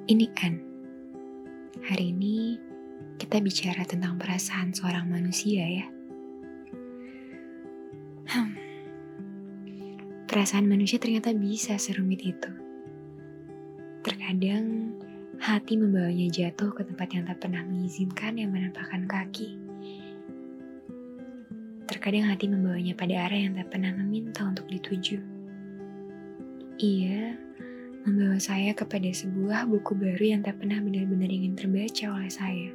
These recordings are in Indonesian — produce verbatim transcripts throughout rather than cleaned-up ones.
Ini An, hari ini kita bicara tentang perasaan seorang manusia ya. Hmm, perasaan manusia ternyata bisa serumit itu. Terkadang hati membawanya jatuh ke tempat yang tak pernah mengizinkan yang menampakkan kaki. Terkadang hati membawanya pada arah yang tak pernah meminta untuk dituju. Ia membawa saya kepada sebuah buku baru yang tak pernah benar-benar ingin terbaca oleh saya.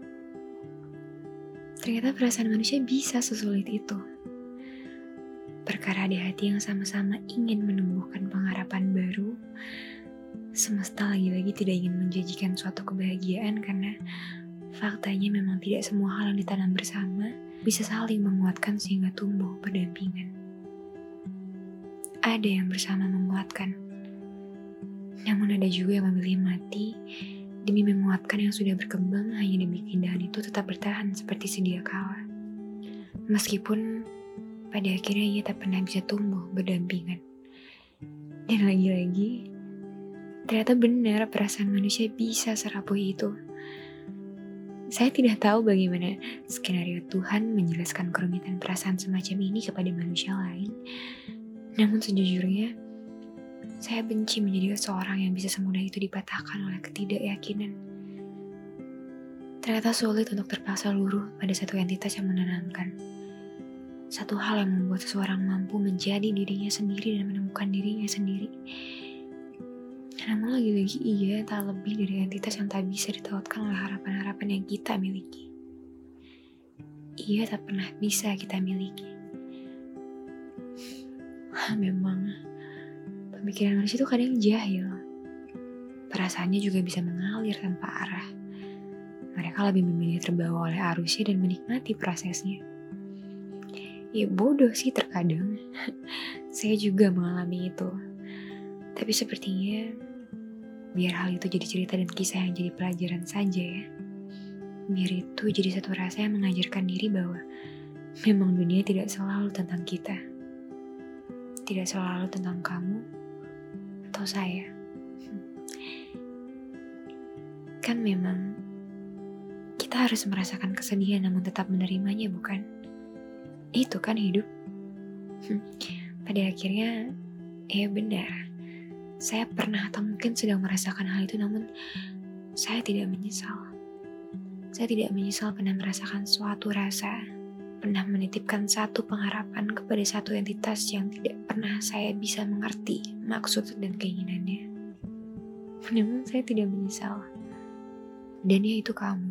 Ternyata perasaan manusia bisa sesulit itu. Perkara di hati yang sama-sama ingin menumbuhkan pengharapan baru, semesta lagi-lagi tidak ingin menjanjikan suatu kebahagiaan karena faktanya memang tidak semua hal yang ditanam bersama bisa saling menguatkan sehingga tumbuh berdampingan. Ada yang bersama menguatkan, namun ada juga yang memilih mati demi menguatkan yang sudah berkembang hanya demi keindahan itu tetap bertahan seperti sedia kala. Meskipun pada akhirnya ia tak pernah bisa tumbuh berdampingan. Dan lagi-lagi, ternyata benar perasaan manusia bisa serapuh itu. Saya tidak tahu bagaimana skenario Tuhan menjelaskan kerumitan perasaan semacam ini kepada manusia lain. Namun sejujurnya, saya benci menjadi seorang yang bisa semudah itu dipatahkan oleh ketidakyakinan. Ternyata sulit untuk terpaksa luruh pada satu entitas yang menenangkan. Satu hal yang membuat seseorang mampu menjadi dirinya sendiri dan menemukan dirinya sendiri. Namun lagi-lagi ia tak lebih dari entitas yang tak bisa ditautkan oleh harapan-harapan yang kita miliki. Ia tak pernah bisa kita miliki. Memang pemikiran manusia itu kadang jahil. Perasaannya juga bisa mengalir tanpa arah. Mereka lebih memilih terbawa oleh arusnya dan menikmati prosesnya. Ya bodoh sih terkadang. Saya juga mengalami itu. Tapi sepertinya biar hal itu jadi cerita dan kisah yang jadi pelajaran saja ya. Biar itu jadi satu rasa yang mengajarkan diri bahwa memang dunia tidak selalu tentang kita. Tidak selalu tentang kamu atau saya. Kan memang kita harus merasakan kesedihan namun tetap menerimanya, bukan? Itu kan hidup. Pada akhirnya, ya benar. Saya pernah atau mungkin sedang merasakan hal itu namun saya tidak menyesal. Saya tidak menyesal pernah merasakan suatu rasa, pernah menitipkan satu pengharapan kepada satu entitas yang tidak pernah saya bisa mengerti maksud dan keinginannya. Namun saya tidak menyesal. Dan ya itu kamu.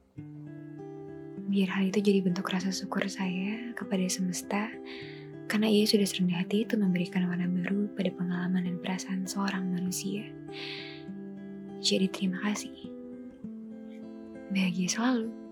Biar hal itu jadi bentuk rasa syukur saya kepada semesta, karena ia sudah serendah hati itu memberikan warna baru pada pengalaman dan perasaan seorang manusia. Jadi terima kasih. Bahagia selalu.